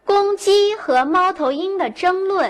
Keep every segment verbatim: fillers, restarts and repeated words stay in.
公鸡和猫头鹰的争论。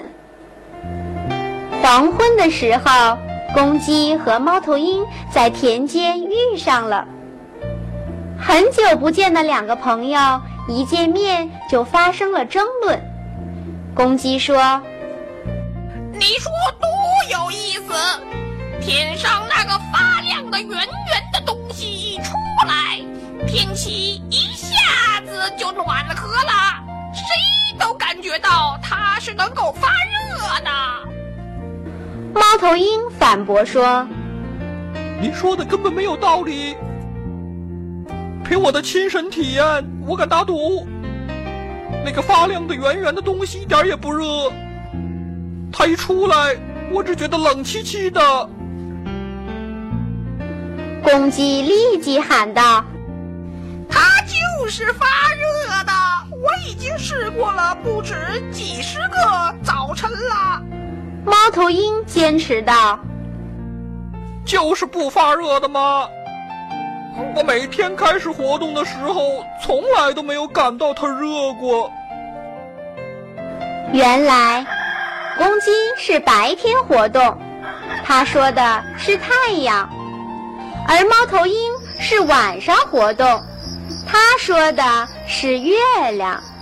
黄昏的时候，公鸡和猫头鹰在田间遇上了。很久不见的两个朋友一见面就发生了争论。公鸡说： 你说多有意思，天上那个发亮的圆圆的东西一出来，天气一下子就暖和了，谁都感觉到它是能够发热的。 猫头鹰反驳说： 你说的根本没有道理，凭我的亲身体验，我敢打赌，那个发亮的圆圆的东西一点也不热，它一出来，我只觉得冷凄凄的。 公鸡立即喊道： 它就是发热的，我已经试过了不止几十个早晨了。 猫头鹰坚持道： 就是不发热的吗？我每天开始活动的时候，从来都没有感到它热过。 原来公鸡是白天活动，他说的是太阳；而猫头鹰是晚上活动，他说的是月亮。